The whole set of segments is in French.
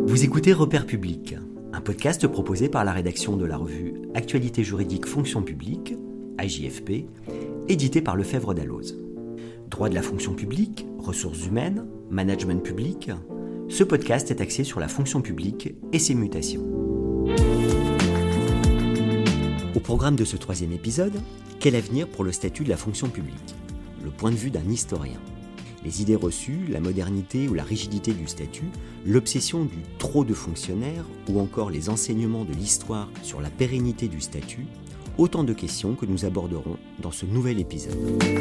Vous écoutez Repères publics, un podcast proposé par la rédaction de la revue Actualité juridique fonction publique, AJFP, édité par Lefebvre Dalloz. Droit de la fonction publique, ressources humaines, management public, ce podcast est axé sur la fonction publique et ses mutations. Au programme de ce troisième épisode, quel avenir pour le statut de la fonction publique ? Le point de vue d'un historien. Les idées reçues, la modernité ou la rigidité du statut, l'obsession du trop de fonctionnaires ou encore les enseignements de l'histoire sur la pérennité du statut, autant de questions que nous aborderons dans ce nouvel épisode.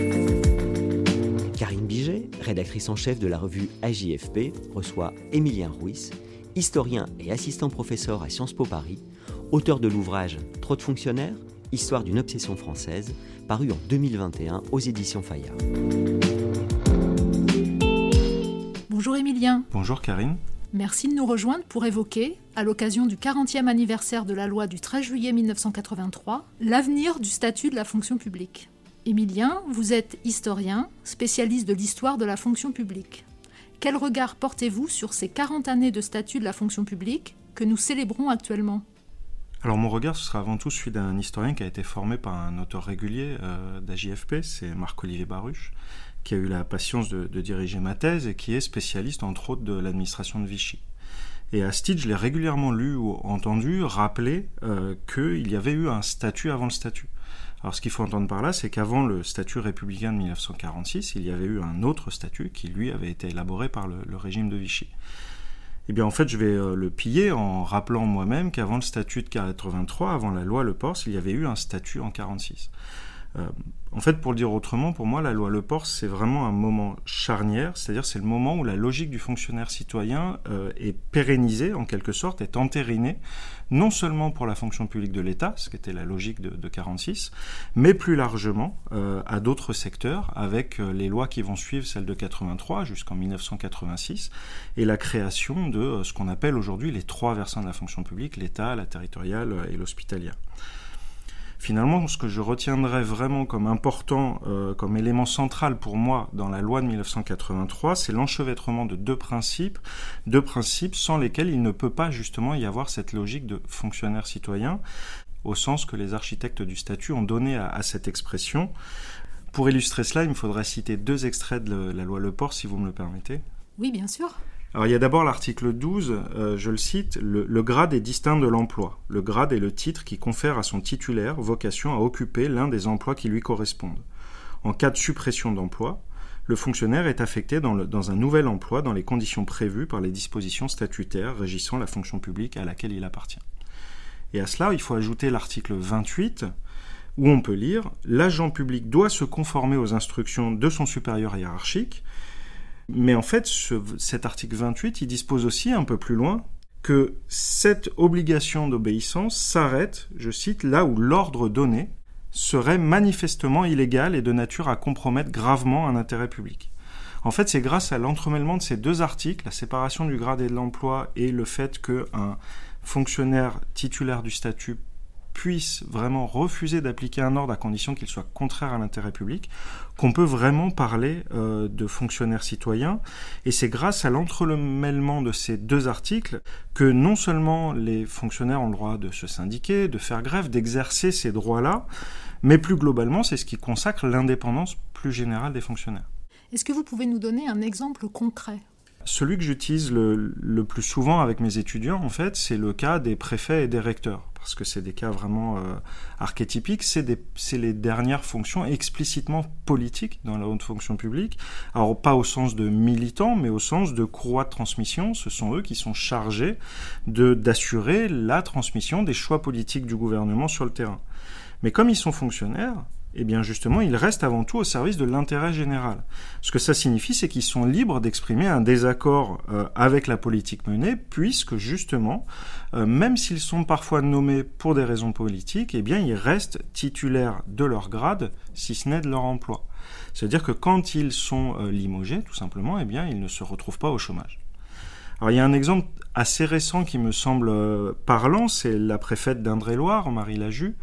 Karine Biget, rédactrice en chef de la revue AJFP, reçoit Émilien Ruiz, historien et assistant professeur à Sciences Po Paris, auteur de l'ouvrage « Trop de fonctionnaires, histoire d'une obsession française », paru en 2021 aux éditions Fayard. Bonjour Émilien. Bonjour Karine. Merci de nous rejoindre pour évoquer, à l'occasion du 40e anniversaire de la loi du 13 juillet 1983, l'avenir du statut de la fonction publique. Émilien, vous êtes historien, spécialiste de l'histoire de la fonction publique. Quel regard portez-vous sur ces 40 années de statut de la fonction publique que nous célébrons actuellement ? Alors mon regard, ce sera avant tout celui d'un historien qui a été formé par un auteur régulier d'AJFP, c'est Marc-Olivier Baruch, qui a eu la patience de diriger ma thèse et qui est spécialiste entre autres de l'administration de Vichy. Et à ce titre, je l'ai régulièrement lu ou entendu rappeler qu'il y avait eu un statut avant le statut. Alors ce qu'il faut entendre par là, c'est qu'avant le statut républicain de 1946, il y avait eu un autre statut qui, lui, avait été élaboré par le régime de Vichy. Eh bien, en fait, je vais le piller en rappelant moi-même qu'avant le statut de 83, avant la loi Le Pors, il y avait eu un statut en 46. En fait, pour le dire autrement, pour moi, la loi Le Pors, c'est vraiment un moment charnière, c'est-à-dire c'est le moment où la logique du fonctionnaire citoyen est pérennisée, en quelque sorte, est entérinée, non seulement pour la fonction publique de l'État, ce qui était la logique de 46, mais plus largement à d'autres secteurs, avec les lois qui vont suivre, celles de 83 jusqu'en 1986, et la création de ce qu'on appelle aujourd'hui les trois versants de la fonction publique, l'État, la territoriale et l'hospitalière. Finalement, ce que je retiendrai vraiment comme important, comme élément central pour moi dans la loi de 1983, c'est l'enchevêtrement de deux principes sans lesquels il ne peut pas justement y avoir cette logique de fonctionnaire citoyen, au sens que les architectes du statut ont donné à cette expression. Pour illustrer cela, il me faudrait citer deux extraits de la loi Le Pors, si vous me le permettez. Oui, bien sûr. Alors il y a d'abord l'article 12, je le cite, le grade est distinct de l'emploi. Le grade est le titre qui confère à son titulaire vocation à occuper l'un des emplois qui lui correspondent. En cas de suppression d'emploi, le fonctionnaire est affecté dans un nouvel emploi dans les conditions prévues par les dispositions statutaires régissant la fonction publique à laquelle il appartient. Et à cela, il faut ajouter l'article 28, où on peut lire « L'agent public doit se conformer aux instructions de son supérieur hiérarchique ». Mais en fait, cet article 28, il dispose aussi un peu plus loin que cette obligation d'obéissance s'arrête, je cite, là où l'ordre donné serait manifestement illégal et de nature à compromettre gravement un intérêt public. En fait, c'est grâce à l'entremêlement de ces deux articles, la séparation du grade et de l'emploi et le fait qu'un fonctionnaire titulaire du statut puisse vraiment refuser d'appliquer un ordre à condition qu'il soit contraire à l'intérêt public, qu'on peut vraiment parler de fonctionnaires citoyens. Et c'est grâce à l'entremêlement de ces deux articles que non seulement les fonctionnaires ont le droit de se syndiquer, de faire grève, d'exercer ces droits-là, mais plus globalement, c'est ce qui consacre l'indépendance plus générale des fonctionnaires. Est-ce que vous pouvez nous donner un exemple concret ? Celui que j'utilise le plus souvent avec mes étudiants, en fait, c'est le cas des préfets et des recteurs. Parce que c'est des cas vraiment archétypiques, c'est les dernières fonctions explicitement politiques dans la haute fonction publique. Alors pas au sens de militants, mais au sens de courroie de transmission. Ce sont eux qui sont chargés d'assurer la transmission des choix politiques du gouvernement sur le terrain. Mais comme ils sont fonctionnaires, eh bien justement, ils restent avant tout au service de l'intérêt général. Ce que ça signifie, c'est qu'ils sont libres d'exprimer un désaccord avec la politique menée, puisque justement, même s'ils sont parfois nommés pour des raisons politiques, eh bien ils restent titulaires de leur grade, si ce n'est de leur emploi. C'est-à-dire que quand ils sont limogés, tout simplement, eh bien ils ne se retrouvent pas au chômage. Alors il y a un exemple assez récent qui me semble parlant, c'est la préfète d'Indre-et-Loire, Marie Laju,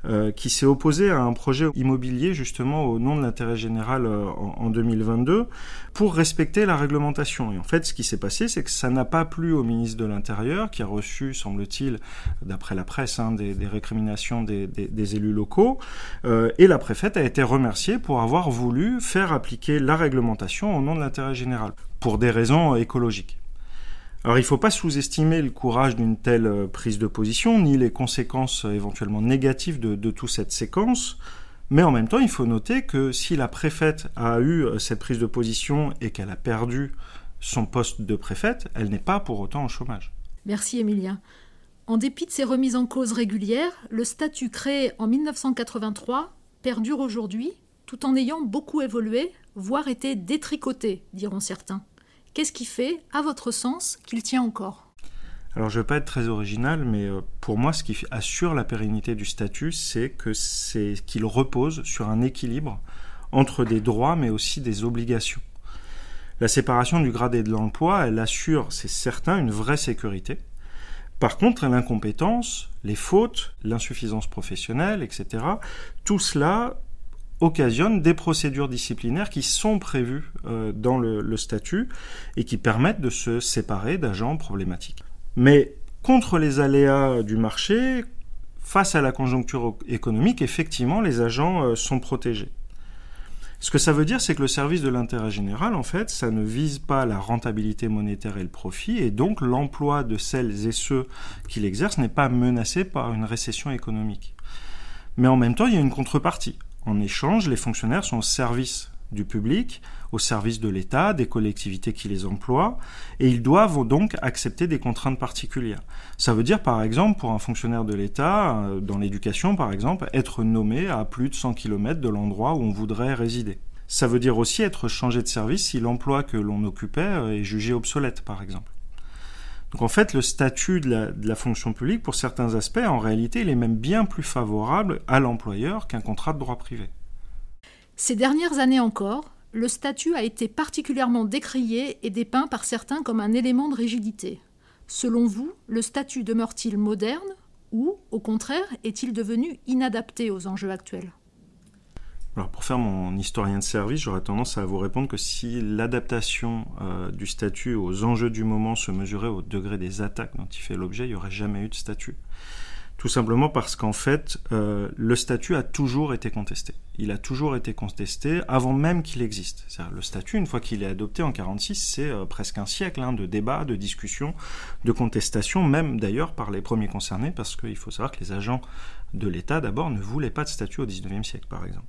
qui s'est opposé à un projet immobilier justement au nom de l'intérêt général en 2022 pour respecter la réglementation. Et en fait, ce qui s'est passé, c'est que ça n'a pas plu au ministre de l'Intérieur, qui a reçu, semble-t-il, d'après la presse, des récriminations des élus locaux, et la préfète a été remerciée pour avoir voulu faire appliquer la réglementation au nom de l'intérêt général, pour des raisons écologiques. Alors il ne faut pas sous-estimer le courage d'une telle prise de position, ni les conséquences éventuellement négatives de toute cette séquence, mais en même temps il faut noter que si la préfète a eu cette prise de position et qu'elle a perdu son poste de préfète, elle n'est pas pour autant au chômage. Merci Émilien. En dépit de ces remises en cause régulières, le statut créé en 1983 perdure aujourd'hui, tout en ayant beaucoup évolué, voire été détricoté, diront certains. Qu'est-ce qui fait, à votre sens, qu'il tient encore ? Alors je ne vais pas être très original, mais pour moi, ce qui assure la pérennité du statut, c'est qu'il repose sur un équilibre entre des droits, mais aussi des obligations. La séparation du grade et de l'emploi, elle assure, c'est certain, une vraie sécurité. Par contre, l'incompétence, les fautes, l'insuffisance professionnelle, etc., tout cela occasionne des procédures disciplinaires qui sont prévues dans le statut et qui permettent de se séparer d'agents problématiques. Mais contre les aléas du marché, face à la conjoncture économique, effectivement, les agents sont protégés. Ce que ça veut dire, c'est que le service de l'intérêt général, en fait, ça ne vise pas la rentabilité monétaire et le profit, et donc l'emploi de celles et ceux qui l'exercent n'est pas menacé par une récession économique. Mais en même temps, il y a une contrepartie. En échange, les fonctionnaires sont au service du public, au service de l'État, des collectivités qui les emploient, et ils doivent donc accepter des contraintes particulières. Ça veut dire, par exemple, pour un fonctionnaire de l'État, dans l'éducation par exemple, être nommé à plus de 100 km de l'endroit où on voudrait résider. Ça veut dire aussi être changé de service si l'emploi que l'on occupait est jugé obsolète, par exemple. Donc en fait, le statut de la fonction publique, pour certains aspects, en réalité, il est même bien plus favorable à l'employeur qu'un contrat de droit privé. Ces dernières années encore, le statut a été particulièrement décrié et dépeint par certains comme un élément de rigidité. Selon vous, le statut demeure-t-il moderne ou, au contraire, est-il devenu inadapté aux enjeux actuels ? Alors pour faire mon historien de service, j'aurais tendance à vous répondre que si l'adaptation du statut aux enjeux du moment se mesurait au degré des attaques dont il fait l'objet, il n'y aurait jamais eu de statut. Tout simplement parce qu'en fait, le statut a toujours été contesté. Il a toujours été contesté avant même qu'il existe. C'est-à-dire, le statut, une fois qu'il est adopté en 1946, c'est presque un siècle de débats, de discussions, de contestations, même d'ailleurs par les premiers concernés, parce qu'il faut savoir que les agents de l'État, d'abord, ne voulaient pas de statut au XIXe siècle, par exemple.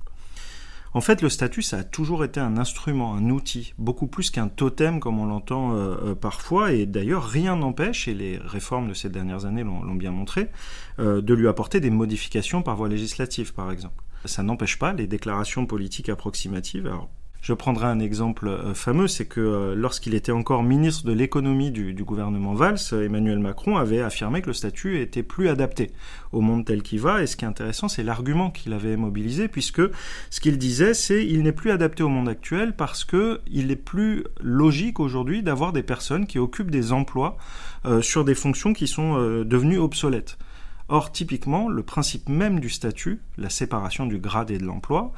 En fait, le statut, ça a toujours été un instrument, un outil, beaucoup plus qu'un totem comme on l'entend parfois, et d'ailleurs rien n'empêche, et les réformes de ces dernières années l'ont bien montré, de lui apporter des modifications par voie législative, par exemple. Ça n'empêche pas les déclarations politiques approximatives. Alors, je prendrai un exemple fameux, c'est que lorsqu'il était encore ministre de l'économie du gouvernement Valls, Emmanuel Macron avait affirmé que le statut était plus adapté au monde tel qu'il va, et ce qui est intéressant, c'est l'argument qu'il avait mobilisé, puisque ce qu'il disait, c'est qu'il n'est plus adapté au monde actuel parce qu'il est plus logique aujourd'hui d'avoir des personnes qui occupent des emplois sur des fonctions qui sont devenues obsolètes. Or, typiquement, le principe même du statut, la séparation du grade et de l'emploi,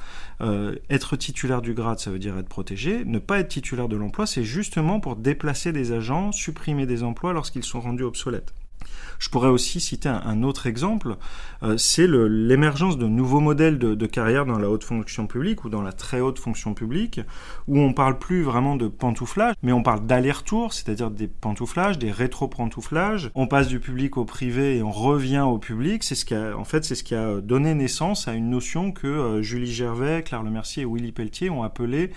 être titulaire du grade, ça veut dire être protégé. Ne pas être titulaire de l'emploi, c'est justement pour déplacer des agents, supprimer des emplois lorsqu'ils sont rendus obsolètes. Je pourrais aussi citer un autre exemple, c'est l'émergence de nouveaux modèles de carrière dans la haute fonction publique ou dans la très haute fonction publique, où on parle plus vraiment de pantouflage, mais on parle d'aller-retour, c'est-à-dire des pantouflages, des rétro-pantouflages. On passe du public au privé et on revient au public. C'est ce qui a donné naissance à une notion que Julie Gervais, Claire Lemercier et Willy Pelletier ont appelée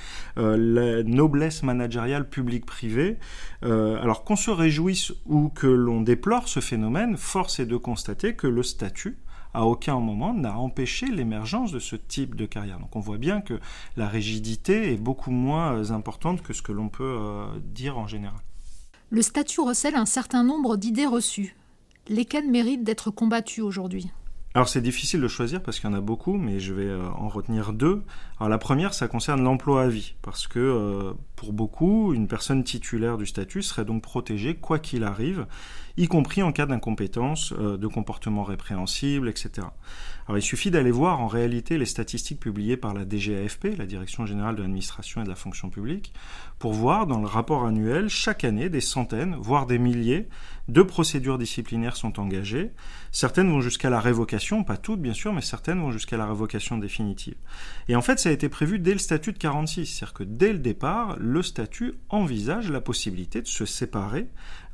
la noblesse managériale publique-privée. Alors qu'on se réjouisse ou que l'on déplore ce phénomène, force est de constater que le statut, à aucun moment, n'a empêché l'émergence de ce type de carrière. Donc on voit bien que la rigidité est beaucoup moins importante que ce que l'on peut dire en général. Le statut recèle un certain nombre d'idées reçues. Lesquelles méritent d'être combattues aujourd'hui ? Alors c'est difficile de choisir parce qu'il y en a beaucoup, mais je vais en retenir deux. Alors la première, ça concerne l'emploi à vie, parce que pour beaucoup, une personne titulaire du statut serait donc protégée quoi qu'il arrive, y compris en cas d'incompétence, de comportement répréhensible, etc. Alors il suffit d'aller voir en réalité les statistiques publiées par la DGAFP, la Direction Générale de l'Administration et de la Fonction Publique, pour voir dans le rapport annuel, chaque année, des centaines, voire des milliers de procédures disciplinaires sont engagées. Certaines vont jusqu'à la révocation, pas toutes bien sûr, mais certaines vont jusqu'à la révocation définitive. Et en fait, ça a été prévu dès le statut de 46, c'est-à-dire que dès le départ, le statut envisage la possibilité de se séparer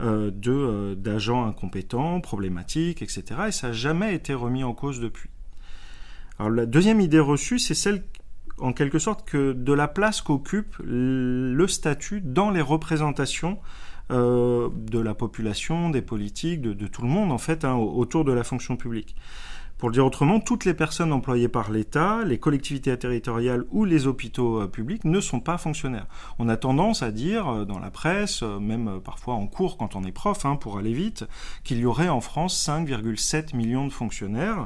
d'agents incompétents, problématiques, etc. Et ça n'a jamais été remis en cause depuis. Alors la deuxième idée reçue, c'est celle en quelque sorte que de la place qu'occupe le statut dans les représentations de la population, des politiques, de tout le monde en fait, autour de la fonction publique. Pour le dire autrement, toutes les personnes employées par l'État, les collectivités territoriales ou les hôpitaux publics ne sont pas fonctionnaires. On a tendance à dire dans la presse, même parfois en cours quand on est prof, pour aller vite, qu'il y aurait en France 5,7 millions de fonctionnaires.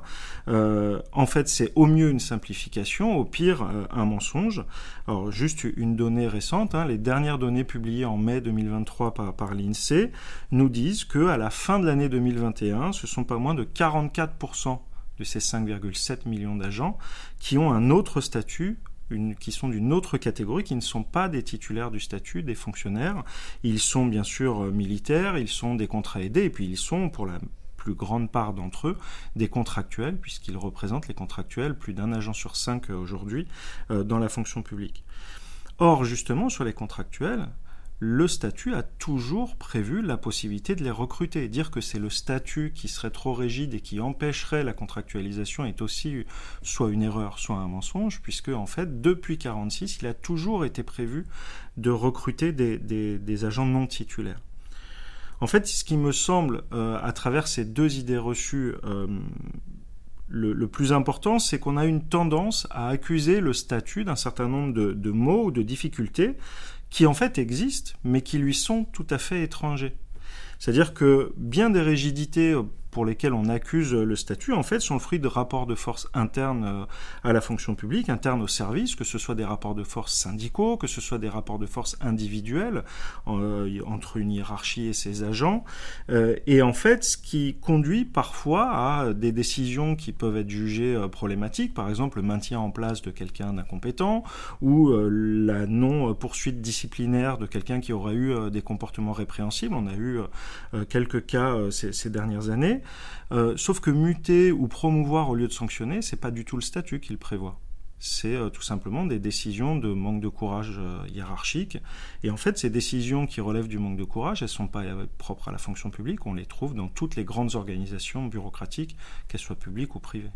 En fait, c'est au mieux une simplification, au pire un mensonge. Alors, juste une donnée récente, les dernières données publiées en mai 2023 par l'INSEE nous disent qu'à la fin de l'année 2021, ce sont pas moins de 44% de ces 5,7 millions d'agents qui ont un autre statut, qui sont d'une autre catégorie, qui ne sont pas des titulaires du statut, des fonctionnaires. Ils sont bien sûr militaires, ils sont des contrats aidés, et puis ils sont, pour la plus grande part d'entre eux, des contractuels, puisqu'ils représentent les contractuels, plus d'un agent sur 5 aujourd'hui, dans la fonction publique. Or, justement, sur les contractuels, le statut a toujours prévu la possibilité de les recruter. Dire que c'est le statut qui serait trop rigide et qui empêcherait la contractualisation est aussi soit une erreur, soit un mensonge, puisque en fait, depuis 1946, il a toujours été prévu de recruter des agents non titulaires. En fait, ce qui me semble, à travers ces deux idées reçues, le plus important, c'est qu'on a une tendance à accuser le statut d'un certain nombre de maux ou de difficultés qui en fait existent, mais qui lui sont tout à fait étrangers. C'est-à-dire que bien des rigidités pour lesquelles on accuse le statut, en fait, sont le fruit de rapports de force internes à la fonction publique, internes au service, que ce soit des rapports de force syndicaux, que ce soit des rapports de force individuels entre une hiérarchie et ses agents. Et en fait, ce qui conduit parfois à des décisions qui peuvent être jugées problématiques, par exemple le maintien en place de quelqu'un d'incompétent ou la non-poursuite disciplinaire de quelqu'un qui aurait eu des comportements répréhensibles. On a eu quelques cas ces dernières années. Sauf que muter ou promouvoir au lieu de sanctionner, c'est pas du tout le statut qui le prévoit. C'est tout simplement des décisions de manque de courage hiérarchique. Et en fait, ces décisions qui relèvent du manque de courage, elles sont pas propres à la fonction publique. On les trouve dans toutes les grandes organisations bureaucratiques, qu'elles soient publiques ou privées.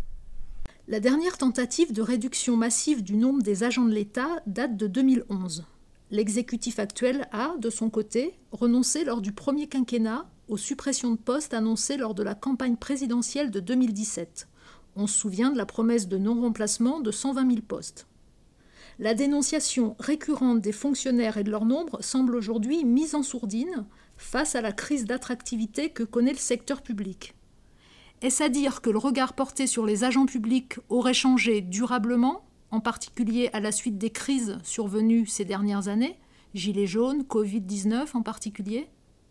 La dernière tentative de réduction massive du nombre des agents de l'État date de 2011. L'exécutif actuel a, de son côté, renoncé lors du premier quinquennat aux suppressions de postes annoncées lors de la campagne présidentielle de 2017. On se souvient de la promesse de non-remplacement de 120 000 postes. La dénonciation récurrente des fonctionnaires et de leur nombre semble aujourd'hui mise en sourdine face à la crise d'attractivité que connaît le secteur public. Est-ce à dire que le regard porté sur les agents publics aurait changé durablement, en particulier à la suite des crises survenues ces dernières années, Gilets jaunes, Covid-19 en particulier ?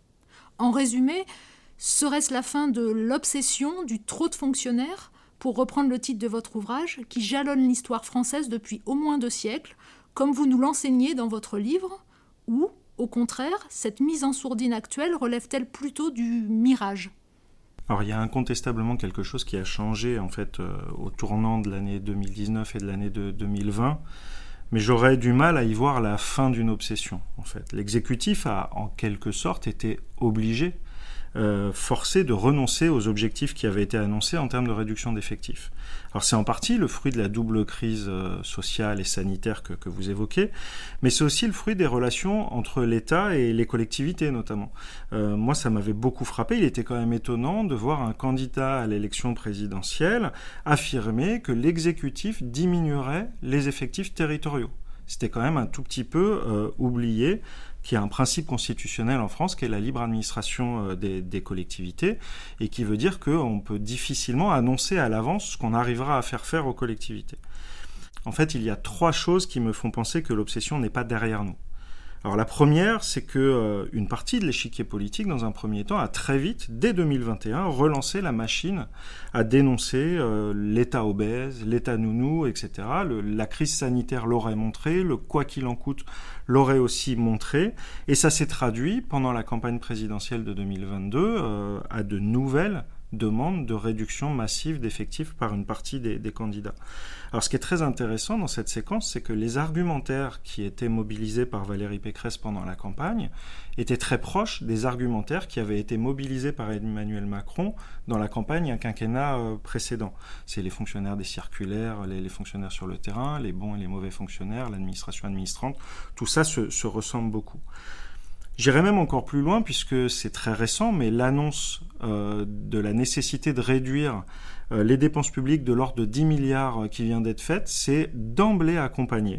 En résumé, serait-ce la fin de l'obsession du trop de fonctionnaires, pour reprendre le titre de votre ouvrage, qui jalonne l'histoire française depuis au moins 2 siècles, comme vous nous l'enseignez dans votre livre, ou, au contraire, cette mise en sourdine actuelle relève-t-elle plutôt du mirage ? Alors il y a incontestablement quelque chose qui a changé en fait au tournant de l'année 2019 et de l'année 2020. Mais j'aurais du mal à y voir la fin d'une obsession, en fait. L'exécutif a, en quelque sorte, été obligé, forcé de renoncer aux objectifs qui avaient été annoncés en termes de réduction d'effectifs. Alors c'est en partie le fruit de la double crise sociale et sanitaire que vous évoquez, mais c'est aussi le fruit des relations entre l'État et les collectivités, notamment. Moi, ça m'avait beaucoup frappé. Il était quand même étonnant de voir un candidat à l'élection présidentielle affirmer que l'exécutif diminuerait les effectifs territoriaux. C'était quand même un tout petit peu oublié qu'il y a un principe constitutionnel en France qui est la libre administration des collectivités et qui veut dire qu'on peut difficilement annoncer à l'avance ce qu'on arrivera à faire aux collectivités. En fait, il y a 3 choses qui me font penser que l'obsession n'est pas derrière nous. Alors la première, c'est que une partie de l'échiquier politique, dans un premier temps, a très vite, dès 2021, relancé la machine à dénoncer l'État obèse, l'État nounou, etc. La crise sanitaire l'aurait montré, le quoi qu'il en coûte l'aurait aussi montré, et ça s'est traduit pendant la campagne présidentielle de 2022 à de nouvelles demande de réduction massive d'effectifs par une partie des candidats. Alors ce qui est très intéressant dans cette séquence, c'est que les argumentaires qui étaient mobilisés par Valérie Pécresse pendant la campagne étaient très proches des argumentaires qui avaient été mobilisés par Emmanuel Macron dans la campagne un quinquennat précédent. C'est les fonctionnaires des circulaires, les fonctionnaires sur le terrain, les bons et les mauvais fonctionnaires, l'administration administrante, tout ça se ressemble beaucoup. J'irai même encore plus loin puisque c'est très récent, mais l'annonce de la nécessité de réduire les dépenses publiques de l'ordre de 10 milliards qui vient d'être faite, c'est d'emblée accompagné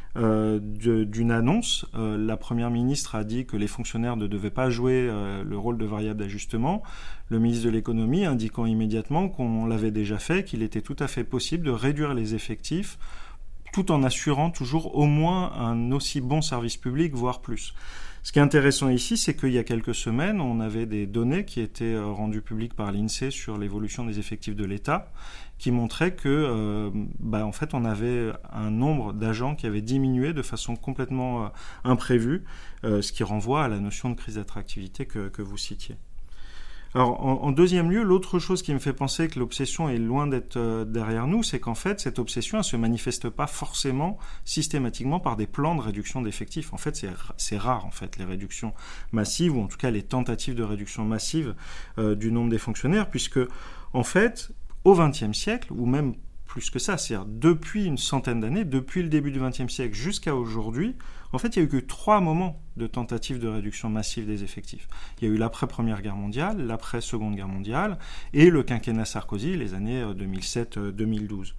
d'une annonce. La Première ministre a dit que les fonctionnaires ne devaient pas jouer le rôle de variable d'ajustement. Le ministre de l'économie indiquant immédiatement qu'on l'avait déjà fait, qu'il était tout à fait possible de réduire les effectifs tout en assurant toujours au moins un aussi bon service public, voire plus. Ce qui est intéressant ici, c'est qu'il y a quelques semaines, on avait des données qui étaient rendues publiques par l'INSEE sur l'évolution des effectifs de l'État, qui montraient que, en fait, on avait un nombre d'agents qui avait diminué de façon complètement imprévue, ce qui renvoie à la notion de crise d'attractivité que vous citiez. Alors, en deuxième lieu, l'autre chose qui me fait penser que l'obsession est loin d'être derrière nous, c'est qu'en fait, cette obsession, elle se manifeste pas forcément, systématiquement, par des plans de réduction d'effectifs. En fait, c'est rare, en fait, les réductions massives, ou en tout cas les tentatives de réduction massive du nombre des fonctionnaires, puisque, en fait, au XXe siècle, ou même plus que ça, c'est-à-dire depuis une centaine d'années, depuis le début du XXe siècle jusqu'à aujourd'hui, en fait, il n'y a eu que 3 moments de tentatives de réduction massive des effectifs. Il y a eu l'après-Première Guerre mondiale, l'après-Seconde Guerre mondiale, et le quinquennat Sarkozy, les années 2007-2012.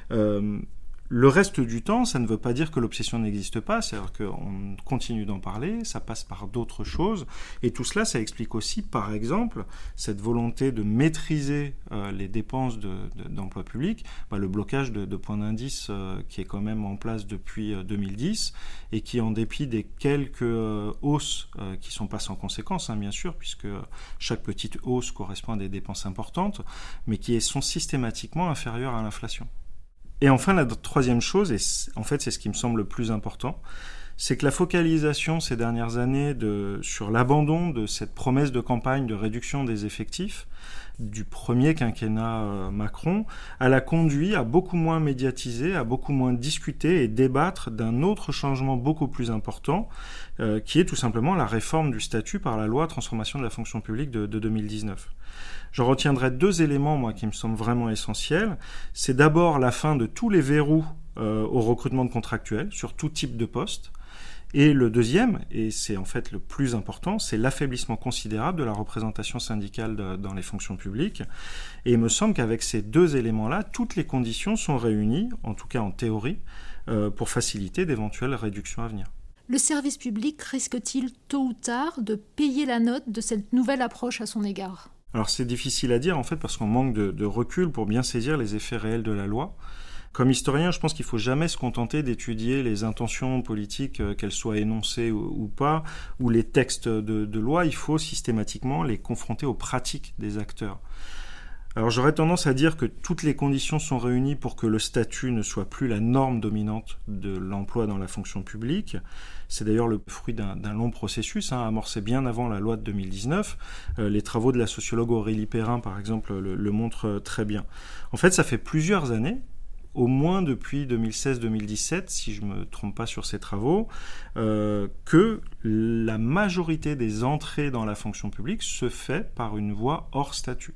Le reste du temps, ça ne veut pas dire que l'obsession n'existe pas, c'est-à-dire qu'on continue d'en parler, ça passe par d'autres choses, et tout cela, ça explique aussi, par exemple, cette volonté de maîtriser les dépenses d'emploi public, le blocage de points d'indice qui est quand même en place depuis 2010, et qui, en dépit des quelques hausses qui ne sont pas sans conséquences, bien sûr, puisque chaque petite hausse correspond à des dépenses importantes, mais qui sont systématiquement inférieures à l'inflation. Et enfin, la troisième chose, et en fait c'est ce qui me semble le plus important, c'est que la focalisation ces dernières années sur l'abandon de cette promesse de campagne de réduction des effectifs du premier quinquennat Macron, elle a conduit à beaucoup moins médiatiser, à beaucoup moins discuter et débattre d'un autre changement beaucoup plus important, qui est tout simplement la réforme du statut par la loi transformation de la fonction publique de 2019. Je retiendrai 2 éléments, moi, qui me semblent vraiment essentiels. C'est d'abord la fin de tous les verrous au recrutement de contractuels sur tout type de poste. Et le deuxième, et c'est en fait le plus important, c'est l'affaiblissement considérable de la représentation syndicale dans les fonctions publiques. Et il me semble qu'avec ces 2 éléments-là, toutes les conditions sont réunies, en tout cas en théorie, pour faciliter d'éventuelles réductions à venir. Le service public risque-t-il tôt ou tard de payer la note de cette nouvelle approche à son égard ? Alors c'est difficile à dire en fait parce qu'on manque de recul pour bien saisir les effets réels de la loi. Comme historien, je pense qu'il ne faut jamais se contenter d'étudier les intentions politiques, qu'elles soient énoncées ou pas, ou les textes de loi. Il faut systématiquement les confronter aux pratiques des acteurs. Alors j'aurais tendance à dire que toutes les conditions sont réunies pour que le statut ne soit plus la norme dominante de l'emploi dans la fonction publique. C'est d'ailleurs le fruit d'un long processus, amorcé bien avant la loi de 2019. Les travaux de la sociologue Aurélie Perrin, par exemple, le montrent très bien. En fait, ça fait plusieurs années, au moins depuis 2016-2017, si je ne me trompe pas sur ces travaux, que la majorité des entrées dans la fonction publique se fait par une voie hors statut.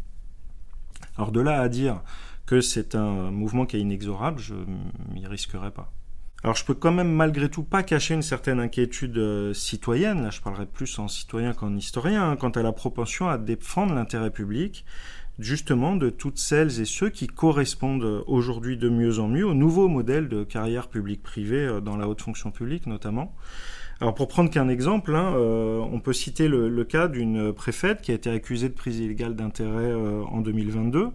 Alors de là à dire que c'est un mouvement qui est inexorable, je m'y risquerai pas. Alors je peux quand même malgré tout pas cacher une certaine inquiétude citoyenne, là je parlerai plus en citoyen qu'en historien, quant à la propension à défendre l'intérêt public, justement de toutes celles et ceux qui correspondent aujourd'hui de mieux en mieux au nouveau modèle de carrière publique-privée dans la haute fonction publique notamment. Alors pour prendre qu'un exemple, on peut citer le cas d'une préfète qui a été accusée de prise illégale d'intérêt en 2022,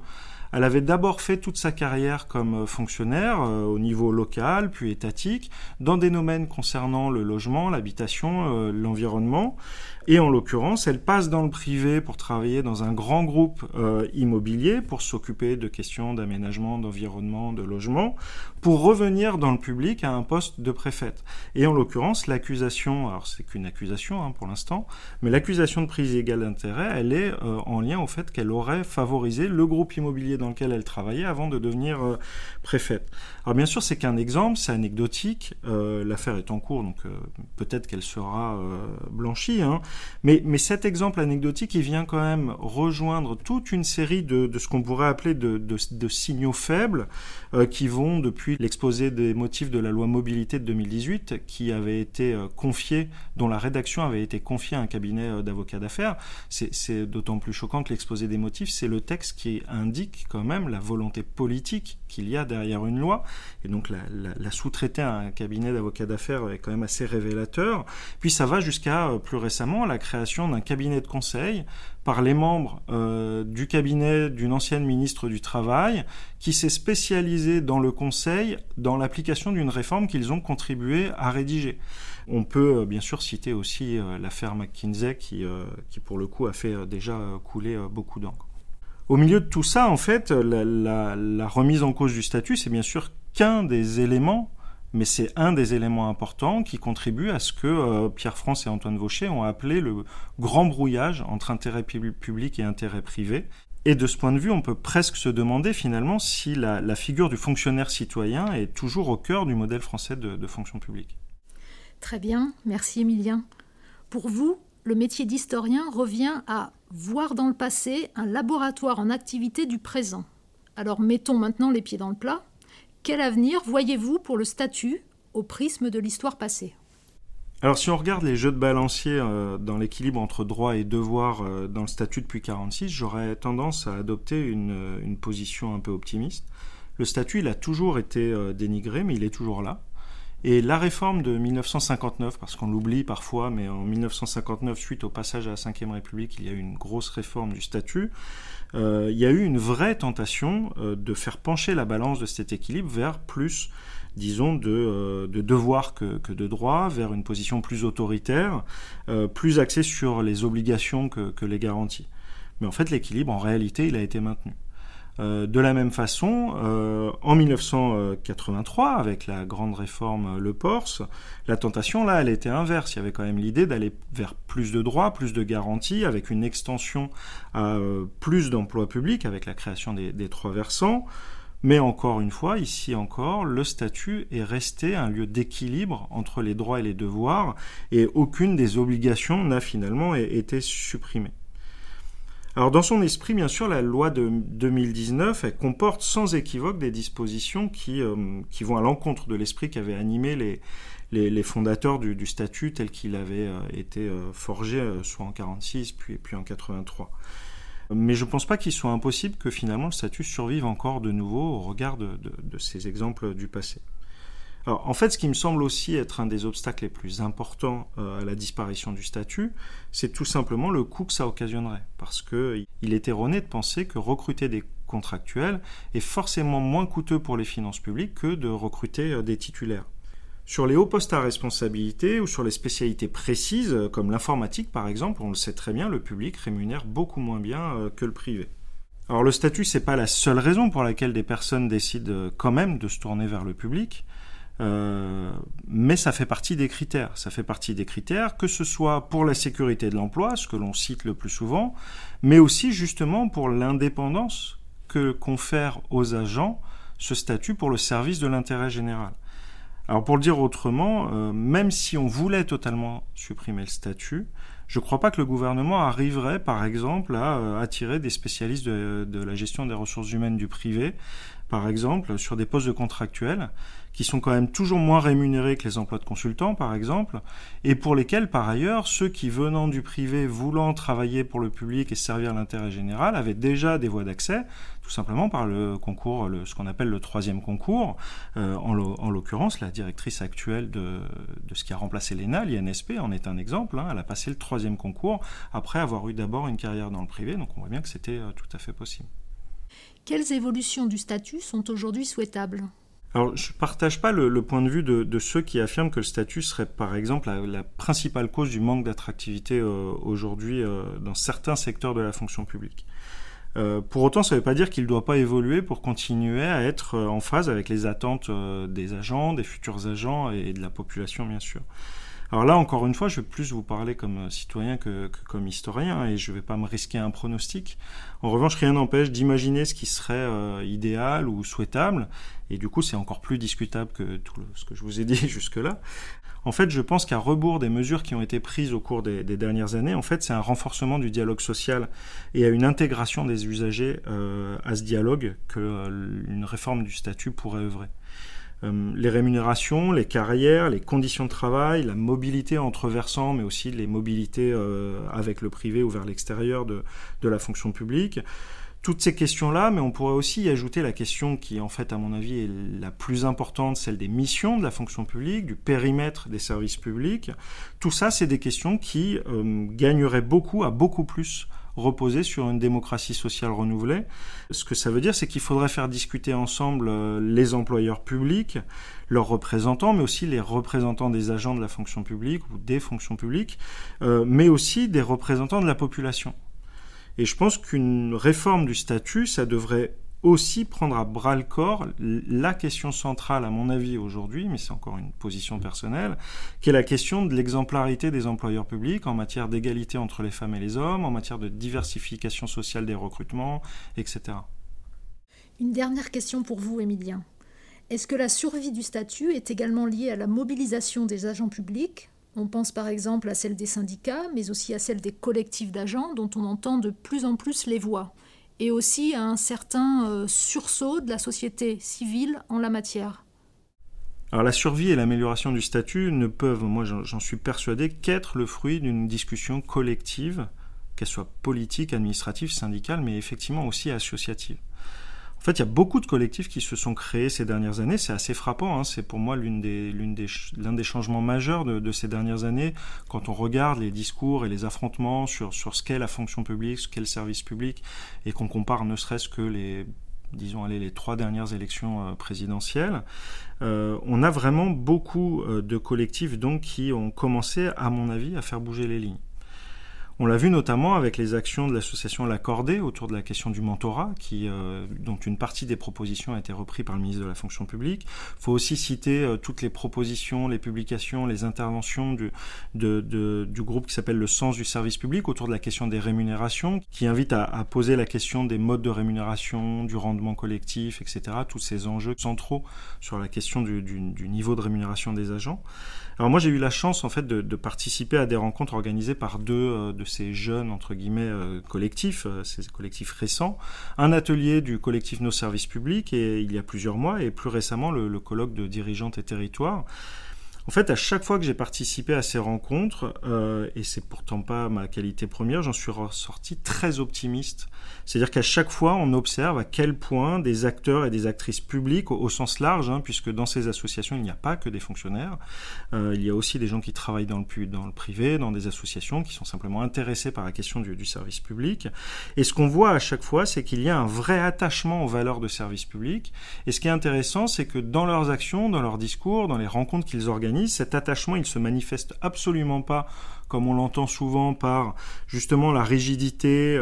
Elle avait d'abord fait toute sa carrière comme fonctionnaire au niveau local, puis étatique, dans des domaines concernant le logement, l'habitation, l'environnement. Et en l'occurrence, elle passe dans le privé pour travailler dans un grand groupe immobilier, pour s'occuper de questions d'aménagement, d'environnement, de logement, pour revenir dans le public à un poste de préfète. Et en l'occurrence, l'accusation, alors c'est qu'une accusation pour l'instant, mais l'accusation de prise illégale d'intérêt, elle est en lien au fait qu'elle aurait favorisé le groupe immobilier dans lequel elle travaillait avant de devenir préfète. Alors bien sûr, c'est qu'un exemple, c'est anecdotique, l'affaire est en cours, donc peut-être qu'elle sera blanchie, mais cet exemple anecdotique, il vient quand même rejoindre toute une série de ce qu'on pourrait appeler de signaux faibles qui vont depuis l'exposé des motifs de la loi mobilité de 2018 qui avait été dont la rédaction avait été confiée à un cabinet d'avocats d'affaires. C'est d'autant plus choquant que l'exposé des motifs, c'est le texte qui indique quand même la volonté politique qu'il y a derrière une loi, et donc la sous-traiter à un cabinet d'avocats d'affaires est quand même assez révélateur. Puis ça va jusqu'à plus récemment la création d'un cabinet de conseil par les membres du cabinet d'une ancienne ministre du Travail qui s'est spécialisé dans le conseil dans l'application d'une réforme qu'ils ont contribué à rédiger. On peut bien sûr citer aussi l'affaire McKinsey qui pour le coup a fait déjà couler beaucoup d'encre. Au milieu de tout ça, en fait, la remise en cause du statut, c'est bien sûr qu'un des éléments, mais c'est un des éléments importants qui contribue à ce que Pierre France et Antoine Vaucher ont appelé le grand brouillage entre intérêt public et intérêt privé. Et de ce point de vue, on peut presque se demander finalement si la figure du fonctionnaire citoyen est toujours au cœur du modèle français de fonction publique. Très bien, merci Émilien. Pour vous, le métier d'historien revient à voir dans le passé un laboratoire en activité du présent. Alors mettons maintenant les pieds dans le plat. Quel avenir voyez-vous pour le statut au prisme de l'histoire passée ? Alors si on regarde les jeux de balancier dans l'équilibre entre droit et devoir dans le statut depuis 1946, j'aurais tendance à adopter une position un peu optimiste. Le statut, il a toujours été dénigré, mais il est toujours là. Et la réforme de 1959, parce qu'on l'oublie parfois, mais en 1959, suite au passage à la Ve République, il y a eu une grosse réforme du statut. Il y a eu une vraie tentation de faire pencher la balance de cet équilibre vers plus, disons, de devoir que de droit, vers une position plus autoritaire, plus axée sur les obligations que les garanties. Mais en fait, l'équilibre, en réalité, il a été maintenu. De la même façon, en 1983, avec la grande réforme Le Pors, la tentation, là, elle était inverse. Il y avait quand même l'idée d'aller vers plus de droits, plus de garanties, avec une extension à plus d'emplois publics, avec la création des trois versants. Mais encore une fois, ici encore, le statut est resté un lieu d'équilibre entre les droits et les devoirs, et aucune des obligations n'a finalement été supprimée. Alors dans son esprit, bien sûr, la loi de 2019, elle comporte sans équivoque des dispositions qui vont à l'encontre de l'esprit qui avait animé les fondateurs du statut tel qu'il avait été forgé, soit en 1946 puis en 1983. Mais je ne pense pas qu'il soit impossible que finalement le statut survive encore de nouveau au regard de ces exemples du passé. Alors, en fait, ce qui me semble aussi être un des obstacles les plus importants à la disparition du statut, c'est tout simplement le coût que ça occasionnerait. Parce qu'il est erroné de penser que recruter des contractuels est forcément moins coûteux pour les finances publiques que de recruter des titulaires. Sur les hauts postes à responsabilité ou sur les spécialités précises, comme l'informatique par exemple, on le sait très bien, le public rémunère beaucoup moins bien que le privé. Alors le statut, c'est pas la seule raison pour laquelle des personnes décident quand même de se tourner vers le public. Mais ça fait partie des critères. Ça fait partie des critères, que ce soit pour la sécurité de l'emploi, ce que l'on cite le plus souvent, mais aussi justement pour l'indépendance que confère aux agents ce statut pour le service de l'intérêt général. Alors pour le dire autrement, même si on voulait totalement supprimer le statut, je ne crois pas que le gouvernement arriverait, par exemple, à attirer des spécialistes de la gestion des ressources humaines du privé, par exemple, sur des postes de contractuels, qui sont quand même toujours moins rémunérés que les emplois de consultants, par exemple, et pour lesquels, par ailleurs, ceux qui, venant du privé, voulant travailler pour le public et servir l'intérêt général, avaient déjà des voies d'accès, tout simplement par le concours, ce qu'on appelle le troisième concours. En l'occurrence, la directrice actuelle de ce qui a remplacé l'ENA, l'INSP, en est un exemple. Elle a passé le troisième concours après avoir eu d'abord une carrière dans le privé, donc on voit bien que c'était tout à fait possible. Quelles évolutions du statut sont aujourd'hui souhaitables ? Alors, je ne partage pas le point de vue de ceux qui affirment que le statut serait, par exemple, la principale cause du manque d'attractivité aujourd'hui dans certains secteurs de la fonction publique. Pour autant, ça ne veut pas dire qu'il ne doit pas évoluer pour continuer à être en phase avec les attentes des agents, des futurs agents et de la population, bien sûr. Alors là, encore une fois, je vais plus vous parler comme citoyen que comme historien et je ne vais pas me risquer un pronostic. En revanche, rien n'empêche d'imaginer ce qui serait idéal ou souhaitable et du coup, c'est encore plus discutable que tout ce que je vous ai dit jusque-là. En fait, je pense qu'à rebours des mesures qui ont été prises au cours des dernières années, en fait, c'est un renforcement du dialogue social et à une intégration des usagers à ce dialogue qu'une réforme du statut pourrait œuvrer. Les rémunérations, les carrières, les conditions de travail, la mobilité entre versants, mais aussi les mobilités avec le privé ou vers l'extérieur de la fonction publique. Toutes ces questions-là, mais on pourrait aussi y ajouter la question qui, en fait, à mon avis, est la plus importante, celle des missions de la fonction publique, du périmètre des services publics. Tout ça, c'est des questions qui gagneraient beaucoup à beaucoup plus reposer sur une démocratie sociale renouvelée. Ce que ça veut dire, c'est qu'il faudrait faire discuter ensemble les employeurs publics, leurs représentants, mais aussi les représentants des agents de la fonction publique ou des fonctions publiques, mais aussi des représentants de la population. Et je pense qu'une réforme du statut, ça devrait aussi prendre à bras-le-corps la question centrale, à mon avis, aujourd'hui, mais c'est encore une position personnelle, qui est la question de l'exemplarité des employeurs publics en matière d'égalité entre les femmes et les hommes, en matière de diversification sociale des recrutements, etc. Une dernière question pour vous, Émilien. Est-ce que la survie du statut est également liée à la mobilisation des agents publics ? On pense par exemple à celle des syndicats, mais aussi à celle des collectifs d'agents dont on entend de plus en plus les voix, et aussi à un certain sursaut de la société civile en la matière. Alors la survie et l'amélioration du statut ne peuvent, moi j'en suis persuadé, qu'être le fruit d'une discussion collective, qu'elle soit politique, administrative, syndicale, mais effectivement aussi associative. En fait, il y a beaucoup de collectifs qui se sont créés ces dernières années. C'est assez frappant, hein. C'est pour moi l'un des changements majeurs de ces dernières années. Quand on regarde les discours et les affrontements sur ce qu'est la fonction publique, ce qu'est le service public, et qu'on compare ne serait-ce que les 3 dernières élections présidentielles, on a vraiment beaucoup de collectifs donc, qui ont commencé, à mon avis, à faire bouger les lignes. On l'a vu notamment avec les actions de l'association L'Accordé autour de la question du mentorat, dont une partie des propositions a été reprise par le ministre de la fonction publique. Il faut aussi citer toutes les propositions, les publications, les interventions du groupe qui s'appelle Le Sens du service public autour de la question des rémunérations, qui invite à poser la question des modes de rémunération, du rendement collectif, etc. Tous ces enjeux centraux sur la question du niveau de rémunération des agents. Alors moi j'ai eu la chance en fait de participer à des rencontres organisées par deux de ces jeunes entre guillemets collectifs, ces collectifs récents, un atelier du collectif Nos Services Publics et il y a plusieurs mois et plus récemment le colloque de dirigeantes et territoires. En fait, à chaque fois que j'ai participé à ces rencontres, et c'est pourtant pas ma qualité première, j'en suis ressorti très optimiste. C'est-à-dire qu'à chaque fois, on observe à quel point des acteurs et des actrices publiques, au sens large, puisque dans ces associations, il n'y a pas que des fonctionnaires, il y a aussi des gens qui travaillent dans le privé, dans des associations, qui sont simplement intéressés par la question du service public. Et ce qu'on voit à chaque fois, c'est qu'il y a un vrai attachement aux valeurs de service public. Et ce qui est intéressant, c'est que dans leurs actions, dans leurs discours, dans les rencontres qu'ils organisent, cet attachement, il se manifeste absolument pas comme on l'entend souvent par justement la rigidité,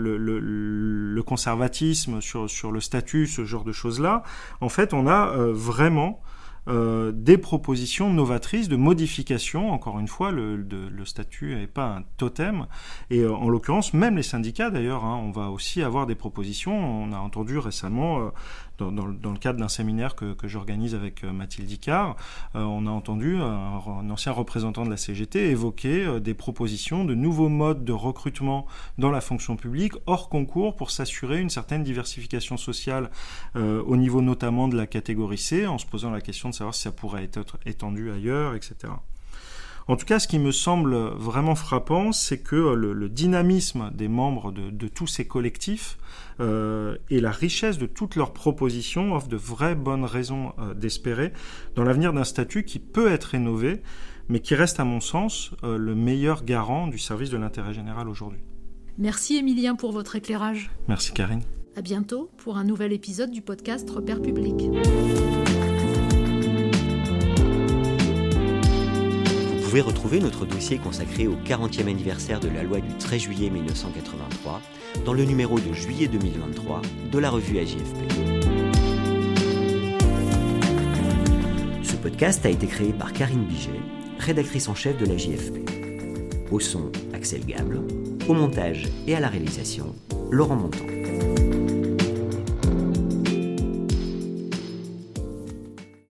le conservatisme sur le statut, ce genre de choses-là. En fait, on a vraiment des propositions novatrices de modification. Encore une fois, le statut n'est pas un totem. Et en l'occurrence, même les syndicats d'ailleurs, on va aussi avoir des propositions. On a entendu récemment, dans le cadre d'un séminaire que j'organise avec Mathilde Icard, on a entendu un ancien représentant de la CGT évoquer des propositions de nouveaux modes de recrutement dans la fonction publique hors concours pour s'assurer une certaine diversification sociale au niveau notamment de la catégorie C, en se posant la question de savoir si ça pourrait être étendu ailleurs, etc. En tout cas, ce qui me semble vraiment frappant, c'est que le dynamisme des membres de tous ces collectifs et la richesse de toutes leurs propositions offrent de vraies bonnes raisons d'espérer dans l'avenir d'un statut qui peut être rénové, mais qui reste à mon sens le meilleur garant du service de l'intérêt général aujourd'hui. Merci Émilien pour votre éclairage. Merci Karine. À bientôt pour un nouvel épisode du podcast Repères publics. Vous pouvez retrouver notre dossier consacré au 40e anniversaire de la loi du 13 juillet 1983 dans le numéro de juillet 2023 de la revue AJFP. Ce podcast a été créé par Karine Biget, rédactrice en chef de l'AJFP. Au son, Axel Gable. Au montage et à la réalisation, Laurent Montant.